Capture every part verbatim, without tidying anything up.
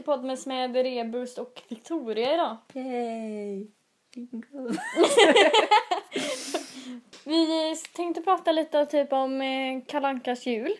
podd med Smed, Rebus och Victoria idag. Yay! Vi tänkte prata lite typ om eh, Kalle Ankas jul.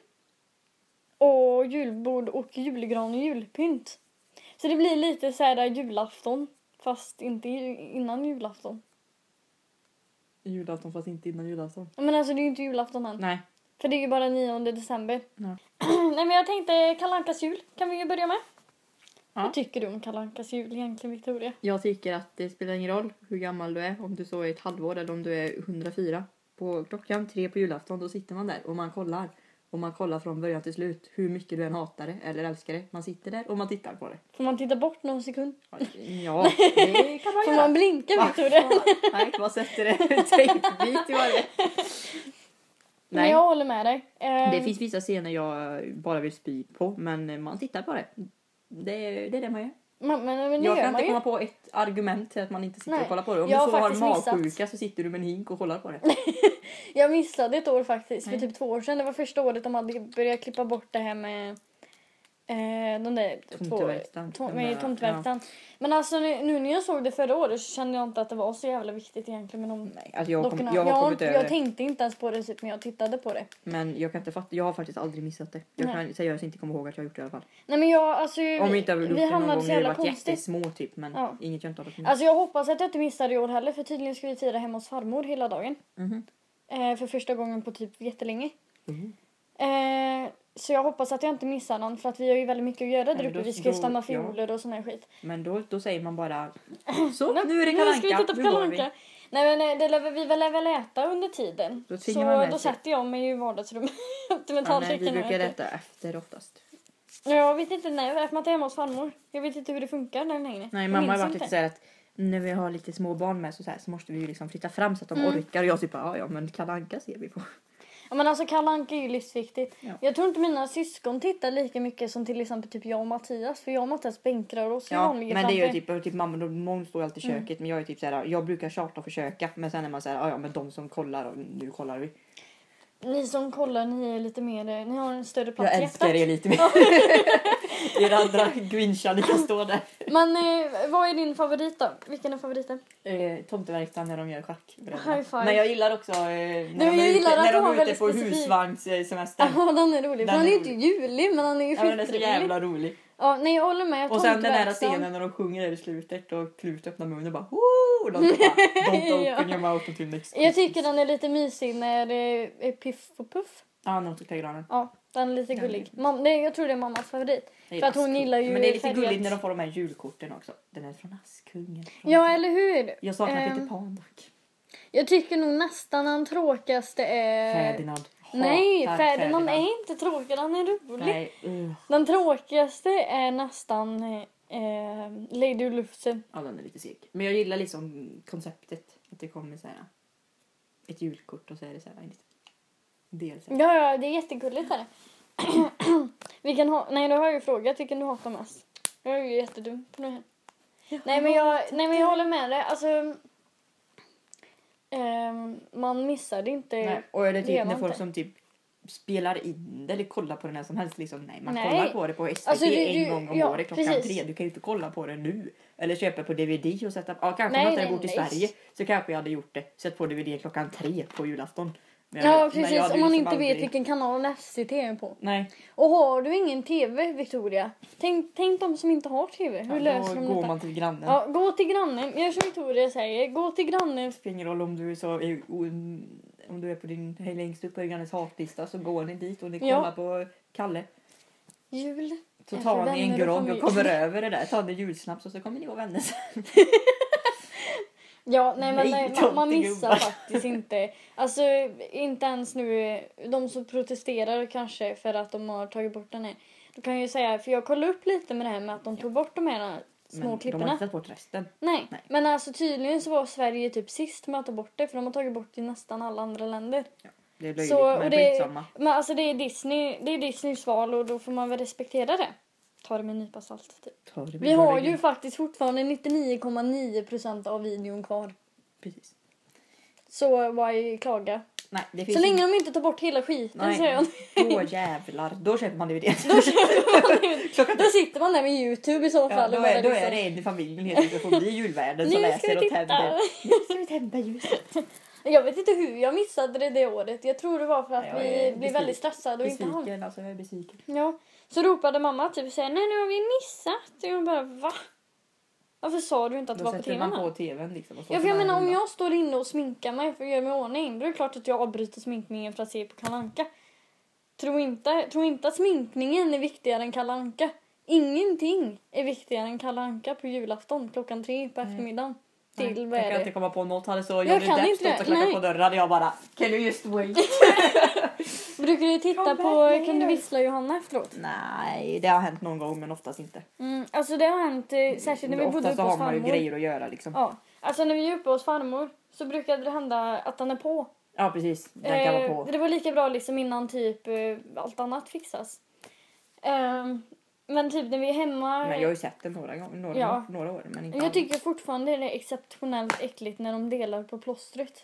Och julbord och julgran och julpynt. Så det blir lite så här där julafton. Fast inte innan julafton. Julafton fast inte innan julafton. Men alltså det är ju inte julafton än. Nej. För det är ju bara nionde december. Ja. Nej men jag tänkte Kalle Ankas jul. Kan vi ju börja med. Ja. Vad tycker du om Kalle Ankas jul egentligen, Victoria? Jag tycker att det spelar ingen roll hur gammal du är. Om du så är ett halvår eller om du är hundrafyra. På klockan tre på julafton då sitter man där och man kollar. Och man kollar från början till slut hur mycket du än hatar det eller älskar det. Man sitter där och man tittar på det. Får man titta bort någon sekund? Ja, det kan man Får göra. man blinka, Victoria? Nej, man sätter det tejpbit i varje. Men Nej, jag håller med dig. Eh, det finns vissa scener jag bara vill spy på. Men man tittar på det. Det är det, är det man gör. Man, men, men det Jag gör kan man inte ju. komma på ett argument till att man inte sitter Nej, och kollar på det. Om jag du har så har faktiskt magsjuka missat. så sitter du med en hink och kollar på det. Jag missade ett år faktiskt, för Nej. typ två år sedan. Det var första året de hade börjat klippa bort det här med eh, de där Tomteverkstan. två, to, Den med där, tomteverkstan. Men alltså nu, nu när jag såg det förra året så kände jag inte att det var så jävla viktigt egentligen med de Nej, alltså jag, kom, dockorna. jag har jag, kommit över jag det. tänkte inte ens på det typ när jag tittade på det. Men jag kan inte fatta. Jag har faktiskt aldrig missat det. Jag Nej. kan seriöst inte komma ihåg att jag har gjort det i alla fall. Nej men jag, alltså Om vi inte har gjort vi det någon hamnade gång så när vi jävla varit konstigt. jättesmå typ. Men Ja. inget jag inte har varit med. Alltså jag hoppas att jag inte missade i år heller, för tydligen ska vi fira hemma hos farmor hela dagen. Mhm. Eh, för första gången på typ jättelänge. Mhm. Eh, så jag hoppas att jag inte missar någon, för att vi har ju väldigt mycket att göra där Nej, uppe. då- Vi ska ju då- stämma ja. fioler och sån här skit. Men då, då säger man bara så, nu är det Nu Kalle ska vi Anka. titta på Nu Kalle går vi. Anka. Nej men nej, det lär vi väl väl äta under tiden. Då Så tvingar man med då sig. sätter jag mig i vardagsrummet. till Ja, nej, vi metallsäcken och brukar äter. äta efter oftast. Jag vet inte, nej, för att jag är hemma hos farmor. Jag vet inte hur det funkar där längre. Nej, Jag mamma har minns varit inte. lite så här att när vi har lite små barn med så, så, här, så måste vi ju liksom flytta fram så att de Mm. orkar. Och jag typ, ja ja men Kalle Anka ser vi på. Ja, men alltså Kalle Anka är ju livsviktigt. Ja. Jag tror inte mina syskon tittar lika mycket som till exempel typ jag och Mattias. För jag och Mattias bänkrar oss ju Ja, vanligen men det är ju framför. typ, typ mamma och någon står ju alltid i Mm. köket. Men jag är typ så här, jag brukar tjata och försöka. Men sen är man så här, ja ja men de som kollar och nu kollar vi. Ni som kollar, ni är lite mer, ni har en större plats Jag i älskar hjärtat. er lite mer. Er andra grinchar, ni kan stå där. Men eh, vad är din favorit då? Vilken är favoriten? Eh, tomteverkstan när de gör schack. High five. Men jag gillar också eh, när de jag är gillar ute, att när du de har är ute väldigt på specifik- husvagnssemestern. Ja, den är rolig. Den för han är är ju inte julig, men han är ju Ja, men den är så skitrolig. jävla rolig. Ja, nej jag håller med. Och sen den här Tomteverkstan. scenen när de sjunger där i slutet och Klut öppnar munnen och bara Woo! Och de bara, don't Ja. open your mouth until next Jag tycker den är lite mysig när det är Piff och Puff. Ja, något till granen. Ja, den är lite Den är gullig. Mam, nej, jag tror det är mammas favorit. För att hon gillar ju Men det är lite färgat. gulligt när de får de här julkorten också. Den är från Askungen. Från Ja, eller hur? Jag saknar Ehm, Peter Pan dock. Jag tycker nog nästan den tråkigaste är... Ferdinand. Nej, Hatar Ferdinand är inte tråkig, den är rolig. Nej, uh. Den tråkigaste är nästan eh, Lady och Lufsen. Ja, den är lite seg. Men jag gillar liksom konceptet. Att det kommer så här ett julkort och så är det så här en liten del. Så här. Ja, ja, det är jättegulligt här. Vilken ha... Nej, nu har jag ju frågat vilken du hatar mest. Jag är ju jättedum på det här. Nej, men jag, nej, men jag håller med dig. Alltså, ehm, man missar det inte. Nej, och är det typ det gör när man folk inte. som typ spelar in det eller kollar på den här som helst liksom, nej man Nej. kollar på det på S V T Alltså, du- en du- gång om ja, året klockan precis. tre. Du kan ju inte kolla på det nu. Eller köpa på D V D och sätta, ja kanske Nej, om jag hade nej, bott i nej. Sverige så kanske jag hade gjort det. Sätt på D V D klockan tre på julafton. Men Ja, jag- men precis. jag hade Om man liksom inte vet aldrig- vilken kanal F C T är på. Nej, Och har du ingen tv, Victoria? Tänk, tänk de som inte har tv. Hur ja, löser då de går detta? man till grannen. Ja, gå till grannen. Gör som Victoria säger. Gå till grannen. Det spelar ingen roll om du är så om du är på din längst upp på grannens hatlista så går ni dit och ni Ja. kollar på Kalle. Jul. Så är tar för ni en vänner och grogg och familj. kommer över det där. Tar ni julsnaps och så kommer ni vara vänner sen. Ja, nej men Nej, nej, man, man tomtegubbar. missar faktiskt inte. Alltså, inte ens nu de som protesterar kanske för att de har tagit bort den här. Då kan jag ju säga, för jag kollade upp lite med det här med att de tog bort de här små Men de klipporna. har inte tagit bort resten. Nej. Nej. men alltså tydligen så var Sverige typ sist med att ta bort det, för de har tagit bort i nästan alla andra länder. Det är löjligt, Så, men och det, skitsamma. men alltså det är Disney, det är Disneys val och då får man väl respektera det. Ta det med en nypa salt typ. Ta det med Vi har hörluren. ju faktiskt fortfarande nittionio komma nio procent av videon kvar. Precis. Så why klaga? Nej, det finns Så länge de inte tar bort hela skiten. Nej, säger jag. då jävlar. Då köper man D V D. Då, köper man, då sitter man där med YouTube i så Ja, fall. då, och bara är, då liksom, är det en i familjen helt enkelt får bli julvärden som Nu ska vi läser och titta. tänder. Nu ska vi tända ljuset. Jag vet inte hur jag missade det det året. Jag tror det var för att Jag är vi blev besviken. väldigt stressade och inte hann. Besviken, alltså jag är besviken. Ja. Så ropade mamma typ och säger nej nu har vi missat. Och jag bara va? Varför sa du inte att det Då var på sätter tvn? man på Då? tvn liksom. Och så Ja, för får jag man menar om rulla. jag står inne och sminkar mig för att göra mig i ordning. Då är det klart att jag avbryter sminkningen för att se på Kalle Anka. Tro inte, tro inte att sminkningen är viktigare än Kalle Anka. Ingenting är viktigare än Kalle Anka på julafton klockan tre på eftermiddagen. Nej, Till jag vad kan är inte det? komma på något. Hade så Jag Johnny kan Depp inte stått det, och knackat nej. på dörren. Jag bara, can you just wait? Brukar du titta Kom på back Kan du later. vissla Johanna efteråt? Nej, det har hänt någon gång men oftast inte. Mm, alltså det har hänt eh, särskilt när vi bodde Oftast uppe så hos har man ju farmor. grejer att göra liksom. Ja, alltså när vi är uppe hos farmor så brukade det hända att han är på. Ja, precis. Den kan Eh, vara på. det var lika bra liksom innan typ eh, allt annat fixas. Eh, men typ när vi är hemma. Men jag har ju sett den några gånger, några, Ja. några år. Men inte jag alla. tycker fortfarande det är exceptionellt äckligt när de delar på plåstret.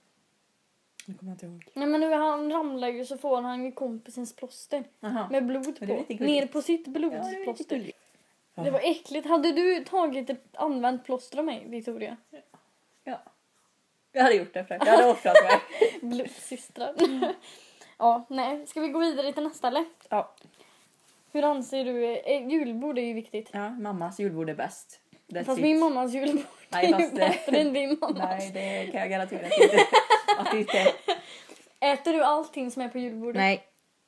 Det kommer jag inte ihåg. Nej men nu han ramlar ju så får han ju kompisens plåster Aha. med blod det är på. lite gulligt. Ner på sitt Ja, det är lite blodplåster. gulligt. Ja. Det var äckligt. Hade du tagit ett använt plåster av mig, Victoria? Ja. Jag hade gjort det för jag hade offrat mig. Blodsystrar. Ja, nej. Ska vi gå vidare till nästa eller? Ja. Hur anser du? Eh, julbord är ju viktigt. Ja, mammas julbord är bäst. That's Fast it. min mammas julbord Nej, är ju fast det- bättre än din mammas. Nej, det kan jag garantera att det inte att det inte är. Äter du allting som är på julbordet? Nej,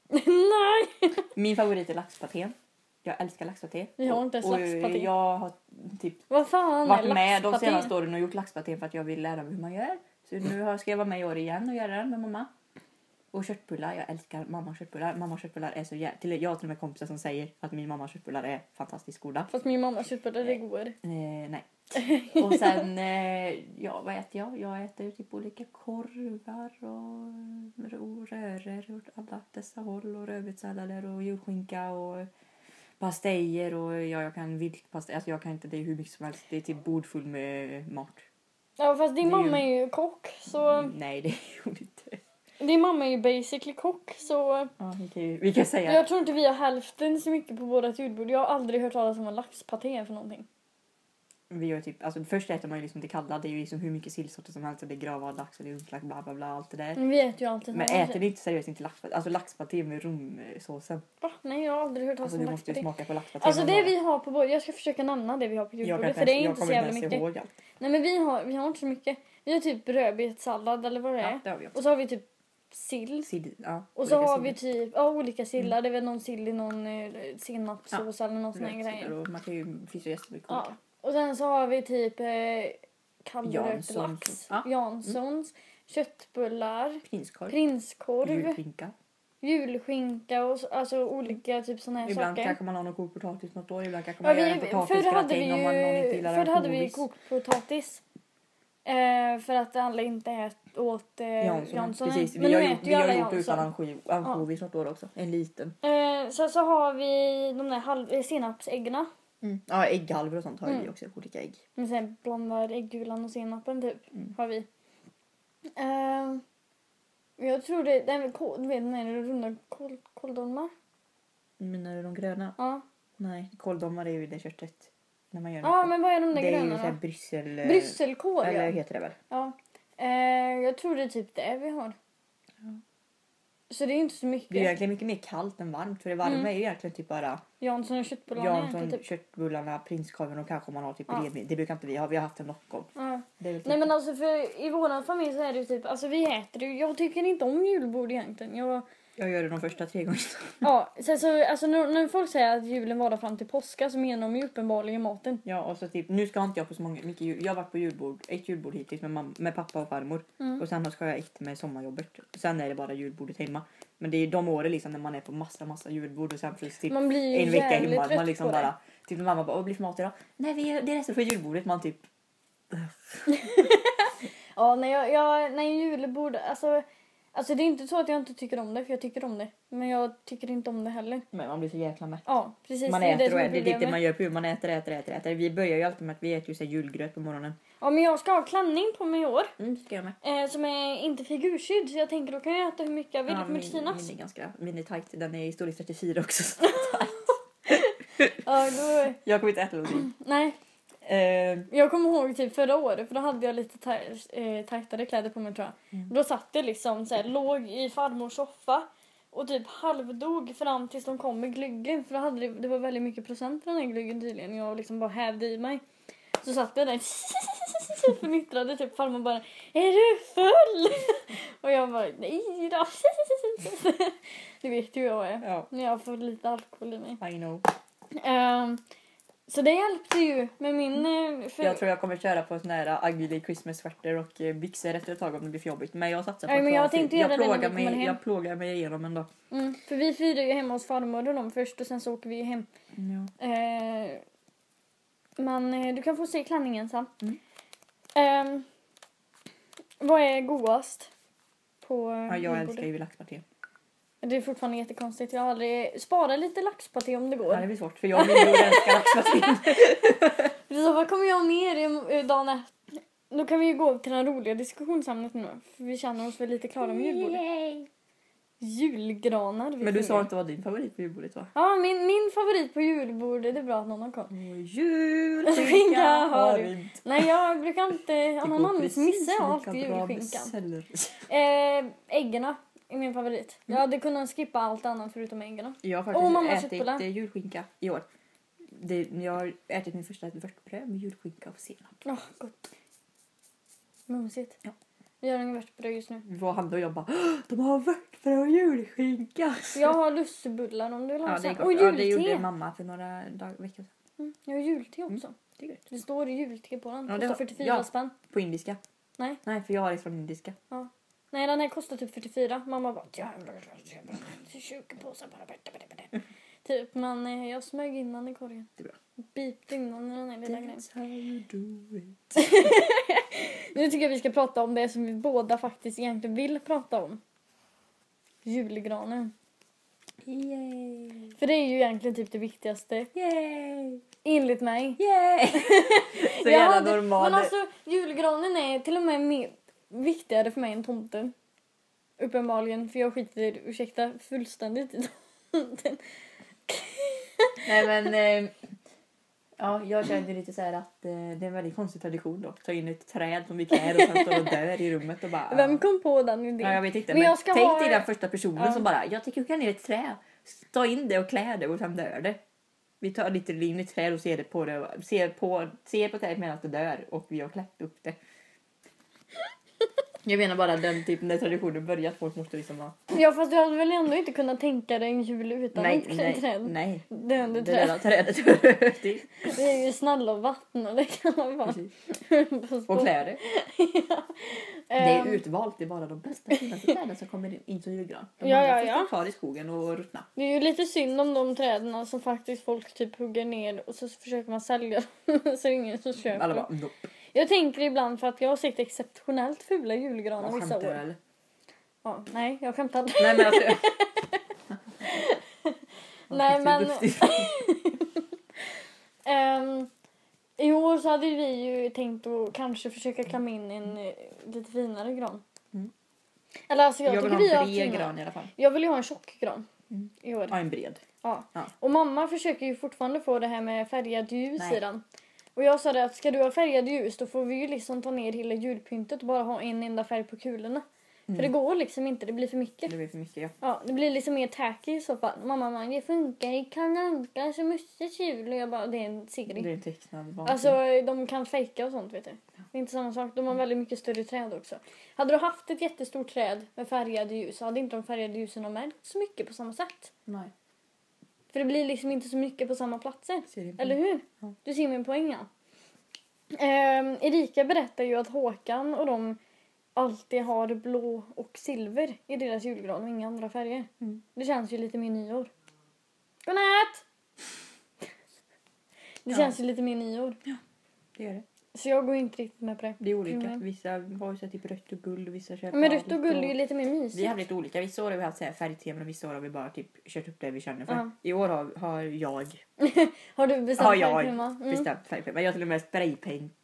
Nej! min favorit är laxpatén. Jag älskar laxpaté. Vi har inte ens Och laxpaté. jag har typ Vad fan varit är med de laxpaté? senaste åren och gjort laxpaté för att jag vill lära mig hur man gör. Så nu har- ska jag vara med i år igen och göra den med mamma. Och köttbullar, jag älskar mammas köttbullar. Mammas köttbullar är så jä... till Jag har till och med kompisar som säger att min mammas köttbullar är fantastiskt goda. Fast min mamma köttbullar är godare. Eh, nej. Och sen, eh, ja vad äter jag? Jag äter typ olika korvar och, och röror åt alla dessa håll. Och rödbetssallader och julskinka och pastejer och ja, jag kan viltpastej. Alltså jag kan inte, det är hur mycket som helst. Det är typ bord full med mat. Ja fast din Det är ju- mamma är ju kock så... Mm, nej, det är hon inte. Din mamma är ju basically kock så... Ja, vi kan, ju- vi kan säga. Jag tror inte vi har hälften så mycket på vårat julbord. Jag har aldrig hört talas om en laxpaté för någonting. Vi gör typ, alltså först äter man ju liksom det kalla. Det är ju liksom hur mycket sillsorter som helst. Och det är gravad lax och det är unkläckt bla bla bla allt det där. Men vi äter ju alltid Men samma äter sak. ni inte seriöst inte laxpaté? Alltså laxpaté med romsåsen. Va? Nej jag har aldrig hört talas Alltså om du måste ju laxpaté. smaka på laxpaté. Alltså någon det dag. vi har på bordet, jag ska försöka nämna det vi har på jag kan julbordet inte för det är ens- jag inte så kommer jävla ens mycket. ihåg allt. Nej men vi har, vi har inte så mycket. Vi har typ rödbetssallad eller vad det är. Ja, det har vi också. Och så har vi typ sill. Sill, ja, Och så olika har vi sillar. typ, ja olika sillar. Det är väl någon sill i någon eh, senapssås eller någon sån här Röksillar grej. och man kan ju, det finns ju jättemycket Ja. olika. Och sen så har vi typ eh, kallrökt Janssons. lax. Ja. Janssons. Köttbullar. Prinskorv, Prinskorv. julskinka. Julskinka och så, alltså olika typ såna här Ibland saker. kanske man har någon kokt potatis något år. Ibland kanske Ja, man vi, gör en förr hade vi potatisgratäng om man någon inte ju gillar förr hade vi ansjovis. kokt potatis. Eh, för att alla inte ät, åt eh, Jansson. Jansson. Precis, Men vi nu har äter gjort, ju vi har alla gjort utan Jansson. ansjovis ansjovis något år också. En liten. Eh, sen så har vi de där halv, eh, senapsäggarna. Mm. Ja, ägghalvor och sånt har Mm. vi också. Olika ägg. Men sen blandar äggulan och senapen typ. Mm. Har vi. Eh, jag tror det, det är väl kol, du vet när det är runda kol, kåldolmar. Menar du de gröna? Ja. Nej, kåldolmar är ju det köttet. När man gör Ja det. men vad är de där det är ju gröna såhär då? Bryssel... eh, Brysselkål Eller ja. heter det väl? ja. Eh, jag tror det är typ det vi har. Ja. Så det är inte så mycket. Det är egentligen mycket mer kallt än varmt. För det varma Mm. är ju egentligen typ bara Jansson och köttbullarna Jansson, egentligen typ. köttbullarna, prinskorven och kanske man har typ Ja. revben. Det brukar inte vi ha. Vi har haft en någon gång. Ja. Det är väl typ Nej men alltså för i våran familj så är det ju typ, alltså vi äter ju, jag tycker inte om julbord egentligen. Jag, Jag gör det de första tre gångerna. ja, så, så, alltså när, när folk säger att julen varar fram till påska så menar de ju uppenbarligen maten. Ja, och så typ, nu ska inte jag på så många, mycket jul. Jag har varit på julbord, ett julbord hittills med, mamma, med pappa och farmor. Mm. Och sen ska jag ett med sommarjobbet. Sen är det bara julbordet hemma. Men det är de åren liksom när man är på massa, massa julbord och sen finns typ Man blir ju en vecka jävligt hemma. trött Man liksom på det. bara, typ när mamma bara, vad blir för mat idag? Nej, vi, det är resten för julbordet. Man typ, Ja, när jag, jag när julbord, alltså, alltså det är inte så att jag inte tycker om det, för jag tycker om det. Men jag tycker inte om det heller. men man blir så jäkla mätt. Ja, precis. Man det är äter som och är äter, det är det problemet. man gör på jul. Man äter, äter, äter, äter. Vi börjar ju alltid med att vi äter ju så här julgröt på morgonen. Ja, men jag ska ha klänning på mig i år. Mm, det ska jag med. Eh, som är inte figurskydd. Så jag tänker då kan jag äta hur mycket jag vill. Ja, på min, Tinas. min är ganska mini tight. Den är i storlek trettiofyra också. Ja, då... Jag kommer inte äta någonting. Nej. Eh, Jag kommer ihåg typ förra året. För då hade jag lite taj- eh, tajtare kläder på mig tror jag. Mm. Då satt jag liksom så här, låg i farmors soffa. Och typ halvdog fram tills de kom med glyggen. För då hade det, det var väldigt mycket procent på den här glyggen tydligen. Jag liksom bara hävde i mig. Så satt jag där och förnittrade typ farmor bara, är du full? Och jag bara, nej då. Du vet ju hur jag är. ja, När jag får lite alkohol i mig. I know. Um, så det hjälpte ju med min... eh, För, Jag tror jag kommer köra på en sån här ugly Christmas sweater och eh, byxor efter ett tag om det blir för jobbigt. Men jag satsar på Nej, ett men jag bra tänkte fil- göra det när vi plågar kommer mig, hem. Jag plågar mig igenom en dag. mm, för vi firar ju hemma hos farmor och dem först och sen så åker vi hem. Ja. Eh, men eh, du kan få se klänningen sen. Mm. Ehm, vad är godast på eh, Ja, jag julbordet? älskar ju laxpaté. Det är fortfarande jättekonstigt. Jag har aldrig... Spara lite laxpaté om det går. Ja, det blir svårt för jag och min bror älskar laxpaté. Så vad kommer jag mer i, i dagen efter? Då kan vi ju gå till den roliga diskussionsämnet nu. För vi känner oss väl lite klara med julbordet. Julgranar. vet Men du ni. sa inte vad din favorit på julbordet var? Ja, min, min favorit på julbordet. Det är bra att någon har koll. Julskinka har vi inte. Nej, jag brukar inte... Av någon anledning så missar jag alltid julskinkan. Eh, äggerna är min favorit. Jag hade kunnat skippa allt annat förutom äggerna. Jag har Åh, mamma, faktiskt köttbullar. ätit eh, julskinka i år. Det, jag har ätit min första vörtbröd med julskinka och senap. Åh, gott. Mumsigt. Ja. Vi gör en vörtbröd just nu. Vi var han och jag bara, "Åh, de har vörtbröd och julskinka. Jag har lussebullar om du vill ha Ja, det, är sen. gott. Och Ja, det gjorde julte. mamma för några dag, veckor sedan. Mm, jag har julte också. Det är gott. Det står julte på den. Ja, det Kostar har- fyrtiofyra ja. spänn. På indiska? Nej. Nej, för jag har det från indiska. Nej, den här kostar typ fyrtiofyra. Mamma bara, jävlar, tjugo påsar bara. Typ, men eh, jag smög in den i korgen. Det är bra. Bipte in den i den här lilla grejen. That's how you do it. Nu tycker jag vi ska prata om det som vi båda faktiskt egentligen vill prata om. Julgranen. Yay! För det är ju egentligen typ det viktigaste. Yay! Enligt mig. Yay! Så Jag jävla hade- normal. Men alltså, julgranen är till och med mer, viktigare för mig än tomten. Uppenbarligen, för jag skiter, ursäkta, fullständigt i tomten. Nej men, eh, ja, jag känner lite så här att eh, det är en väldigt konstig tradition då. Ta in ett träd som vi klär och sen står och dör i rummet och bara... Vem kom på den idén? Ja, jag vet inte. Men Men, jag ska tänk ha- dig den första personen Ja. som bara, jag tycker hugga ner ett trä. Ta in det och klä det och sen dör det. Vi tar lite in i ett träd och ser det på det. Ser på, ser på trädet medan det dör och vi har klätt upp det. Jag menar bara den typen när traditionen börjar att folk måste liksom ha... Ja, fast du hade väl ändå inte kunnat tänka dig en jul utan Nej, ett nej, träd? nej. Det är under Det träd. där trädet hör till. Det är ju snäll och vatten och det kan man vara. Precis. Och kläder. Det Ehm, är utvalt, det är bara de bästa finaste träden som kommer in som julgran. De Ja, andra ja, får ja. stå kvar i skogen och ruttna. Det är ju lite synd om de träden som faktiskt folk typ hugger ner och så försöker man sälja dem så är det ingen som köper Alla dem. bara, nope. Jag tänker ibland för att jag har sett exceptionellt fula julgranar Vad vissa skämtar du år. eller? Ja, nej, jag skämtar inte. Nej men alltså... Nej, Vad men- fick du Ehm, I år så hade vi ju tänkt att kanske försöka klämma in en eh, lite finare gran. Mm. Eller alltså jag, Jag vill tycker ha vi har en bred fina. gran i alla fall. Jag vill ju ha en tjock gran Mm. i år. Ja, en bred. Ja. Ja. Och mamma försöker ju fortfarande få det här med färgad ljus Nej. i den. Och jag sa det att ska du ha färgad ljus då får vi ju liksom ta ner hela julpyntet och bara ha en enda färg på kulorna. Mm. För det går liksom inte, det blir för mycket. Det blir för mycket, ja. Ja, det blir liksom mer tacky i så fall. Mamma, man, det funkar i Kalle Anka så Musses jul. Och jag bara, det är en serie. Det är en tecknad vanlig. Alltså de kan fejka och sånt vet du. Det är inte samma sak. De har väldigt mycket större träd också. Hade du haft ett jättestort träd med färgade ljus så hade inte de färgade ljusen ha märkt så mycket på samma sätt. Nej. För det blir liksom inte så mycket på samma platser. Ser det Eller hur? Ja. Du ser min poäng, ja. Ehm, Erika berättar ju att Håkan och de alltid har blå och silver i deras julgran och inga andra färger. Mm. Det känns ju lite mer nyår. Godnatt! Det Ja. känns ju lite mer nyår. Det gör det. Så jag går inte riktigt med på det. Det är olika. Mm. Vissa har ju så här typ rött och guld och vissa köper Men rött allt och guld är ju lite mer mysigt. Vi har haft lite olika. Vissa år har vi haft så här färgteman och vissa år har vi bara typ kört upp det vi känner för. Ja. I år har, har jag Har du bestämt har jag färgtema? Mm. bestämt färgtema. Men jag har till och med spraypaint,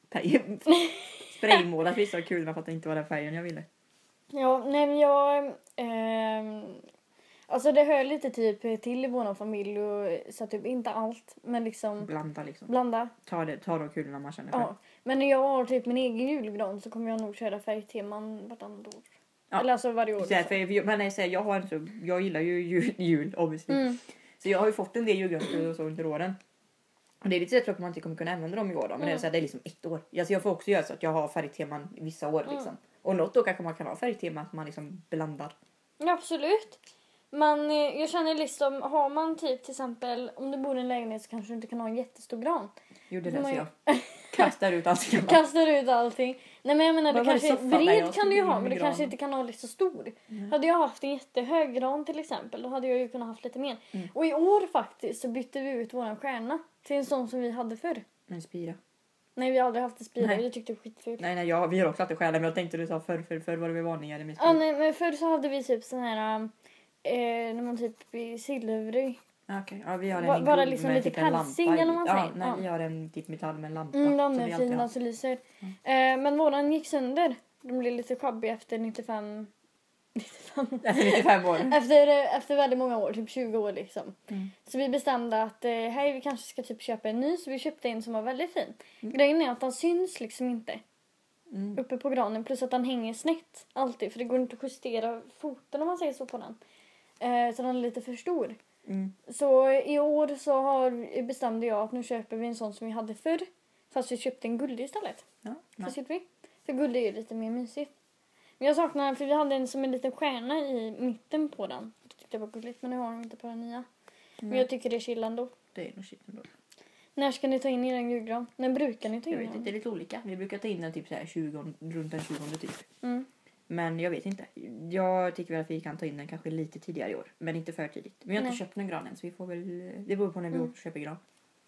färgen. Spraymålat vissa av kulorna för att det inte var den färgen jag ville. Ja, nej men jag... ehm, alltså det hör lite typ till i vår familj. Och, så typ inte allt. Men liksom Blanda liksom. blanda. Ta, det, ta de kulorna man känner för. Ja. Men när jag har typ min egen julgran så kommer jag nog köra färgteman vartannat år. Ja. Eller alltså varje år. Så här, för jag, men nej, så här, jag, har inte, jag gillar ju jul, jul obviously. Mm. Så jag har ju fått en del julgranskulor och så under åren. Och det är lite så tråkigt att man inte kommer kunna använda dem i år då. Men Mm. det, är så här, det är liksom ett år. Alltså jag får också göra så att jag har färgteman vissa år liksom. Mm. Och något år kanske man kan ha färgteman att man liksom blandar. Ja, absolut. Men eh, jag känner liksom, har man typ till exempel, om du bor i en lägenhet så kanske du inte kan ha en jättestor gran. Gjorde Får det man så ju- jag kastar ut allt jag bara. Kastar ut allting. Nej men jag menar, Vad du var det kanske, soffan? Nej, bred jag kan skulle du ju in ha i men du granen. kanske inte kan ha lite så stor. Mm. Hade jag haft en jättehög gran till exempel, då hade jag ju kunnat haft lite mer. Mm. Och i år faktiskt så bytte vi ut våran stjärna till en sån som vi hade förr. En spira. Nej, vi har aldrig haft en spira, Nej. vi tyckte det var skitfult. Nej, nej, jag, vi har också alltid stjärna. Men jag tänkte du sa förr, förr, förr var det väl vanligare med Ja, spira. nej, men förr så hade vi typ sån här, eh, när man typ i silverig. Ah, okej. Ja, vi har en Ba- i bara guld liksom med lite typ en pälsig, lampa i. eller vad man Ja, säger. nej, Ja. vi har en typ metall med en lampa. Mm, som de vi är alltid fina, har. alltså lyser. Eh, men våran gick sönder. De blev lite shabby efter nittiofem. nittiofem. Efter nittiofem år. Efter, eh, efter väldigt många år, typ tjugo år liksom. Mm. Så vi bestämde att eh, hej, vi kanske ska typ köpa en ny. Så vi köpte en som var väldigt fin. Mm. Grejen är att den syns liksom inte Mm. uppe på granen. Plus att den hänger snett alltid. För det går inte att justera foten om man säger så på den. Eh, så den är lite för stor. Mm. Så i år så har, bestämde jag att nu köper vi en sån som vi hade förr. Fast vi köpte en guldig istället. Ja, Så nej. köpte vi. För guldig är ju lite mer mysigt. Men jag saknar, för vi hade en som en liten stjärna i mitten på den. Jag tyckte det var gulligt, men det har de inte på den nya. Men Nej, jag tycker det är chill ändå. det är nog shit ändå. När ska ni ta in er en julgran? När brukar ni ta Jag in vet inte, den? det är lite olika. Vi brukar ta in den typ så här tjugo, runt den tjugonde typ. Mm. Men jag vet inte. Jag tycker väl att vi kan ta in den kanske lite tidigare i år. Men inte för tidigt. Men jag har inte Nej. köpt någon gran än så vi får väl... Det beror på när vi Mm. köper gran.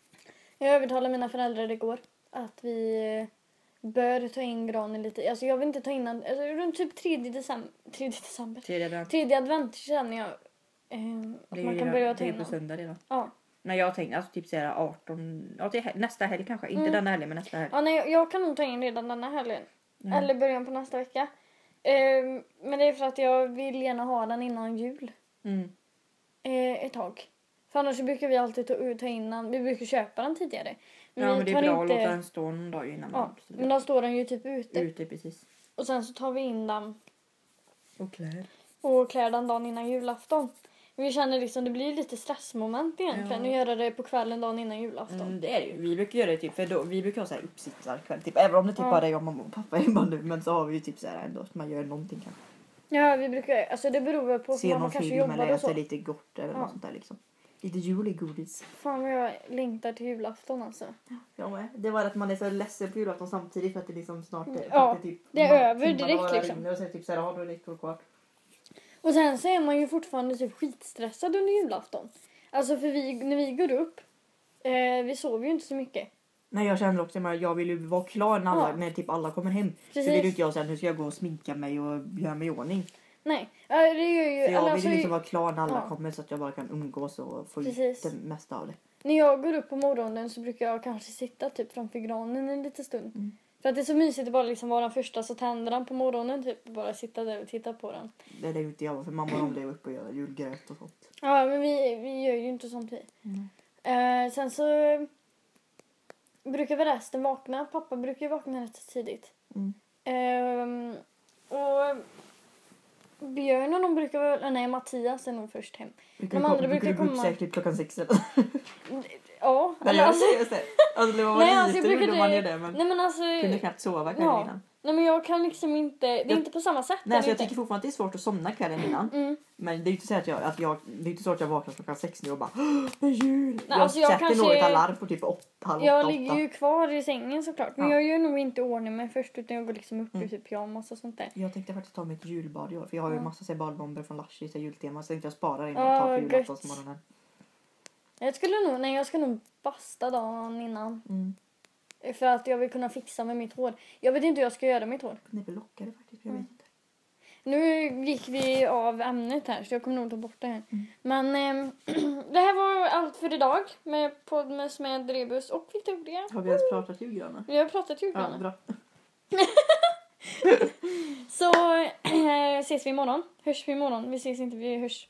Jag övertalade mina föräldrar igår att vi eh, bör ta in granen lite. Alltså jag vill inte ta in den, alltså runt typ tredje december. tredje december. Tredje advent. Tredje advent känner jag eh, att Det är man ju kan redan- börja det ta är in på den. söndag redan. Ja. Nej, jag tänkte alltså typ såhär arton... Ja, till hel- nästa helg kanske. Inte Mm. denna helg men nästa helg. Ja, nej, jag- jag kan nog ta in redan denna helgen. Mm. Eller början på nästa vecka. Ehm, men det är för att jag vill gärna ha den innan jul. Mm. Eh, ett tag. För annars så brukar vi alltid ta, ta in den. Vi brukar köpa den tidigare. Ja, vi men det är tar bra inte- att låta den stå någon dag innan. Ja, man men då står den ju typ ute. Ute precis. Och sen så tar vi in den Och klär. och klär den dagen innan julafton. Vi känner liksom, det blir lite stressmoment egentligen. Ja. Att göra det på kvällen dagen innan julafton. Mm, det är det ju. Vi brukar göra det typ, för då, vi brukar ha så här uppsittarkväll. Typ, även om det typ Ja. bara är jag, mamma och pappa hemma nu. Men så har vi ju typ så här ändå att man gör någonting kanske. Ja, vi brukar, alltså det beror väl på Se för mamma någon kanske film jobbar eller och så. äta lite gott eller Ja. något sånt där liksom. Lite julegodis. Fan vad jag längtar till julafton alltså. Ja, med. Det var att man är så ledsen på julafton samtidigt för att det liksom snart är, Ja, för att typ, det är man- över timmarna direkt, bara liksom. rinner Och så är det typ så här, ja, då är det ett år kvar. Och sen så är man ju fortfarande typ skitstressad under julafton. Alltså för vi, när vi går upp, eh, vi sover ju inte så mycket. Nej, jag känner också att jag vill ju vara klar när, alla, Ja. när typ alla kommer hem. Precis. Så vill ju inte jag säga nu ska jag gå och sminka mig och göra mig i ordning. Nej, ja, det gör ju... Så jag eller vill alltså, ju liksom vara klar när alla ja. kommer så att jag bara kan umgås och få Precis. ut det mesta av det. när jag går upp på morgonen så brukar jag kanske sitta typ framför granen en liten stund. Mm. För att det är så mysigt att bara liksom vara den första så tänder den på morgonen typ. Och bara sitta där och titta på den. Det är det ju inte jag, för mamma och de blev uppe och gör julgröt och sånt. Ja, men vi, vi gör ju inte sånt vi. Mm. Eh, sen så brukar vi resten vakna. Pappa brukar ju vakna rätt tidigt. Mm. Ehm, och Björn och de brukar väl... Nej, Mattias är nog först hem. Brukar De du, andra kom, brukar brukar du gå upp komma- säkert typ klockan sex eller? Ja, Nej, eller jag alltså, säger det. Alltså det var Nej, väl alltså, jag lite brukar brukar man det- gör det, men nej men alltså... kunde knappt sova kvällen Ja. innan. Nej men jag kan liksom inte... Det är Jag- inte på samma sätt. Nej, är så det jag inte. tycker fortfarande att det är svårt att somna kvällen innan. Mm. Men det är ju inte så att jag, att jag, det är inte så att jag vaknar klockan sex nu och bara "Åh, det är jul. Nej, jag alltså, jag sätter kanske- nog ett alarm på typ åtta, halv Jag åtta, ligger åtta. ju kvar i sängen såklart. Men Ja. jag gör nog inte i ordning mig först utan jag går liksom upp Mm. i typ pyjamas och sånt där. Jag tänkte faktiskt ta mig ett julbad i år. För jag har ju Ja. massa så här badbomber från Lush i så här jultema. Så tänkte jag spara in och Ja, ta på gött. julaftonsmorgonen. Jag skulle nog... Nej, jag ska nog basta dagen innan. Mm. För att jag vill kunna fixa med mitt hår. Jag vet inte hur jag ska göra mitt hår. Det är väl lockare faktiskt. Jag Mm. vet inte. Nu gick vi av ämnet här så jag kommer nog ta bort det här. Mm. Men eh, det här var allt för idag med Podmes med Rebus och Victoria. Har vi ens pratat julgranar? Vi har pratat julgranar. Ja, bra. Så äh, ses vi imorgon. Hörs vi imorgon. Vi ses inte, vi hörs.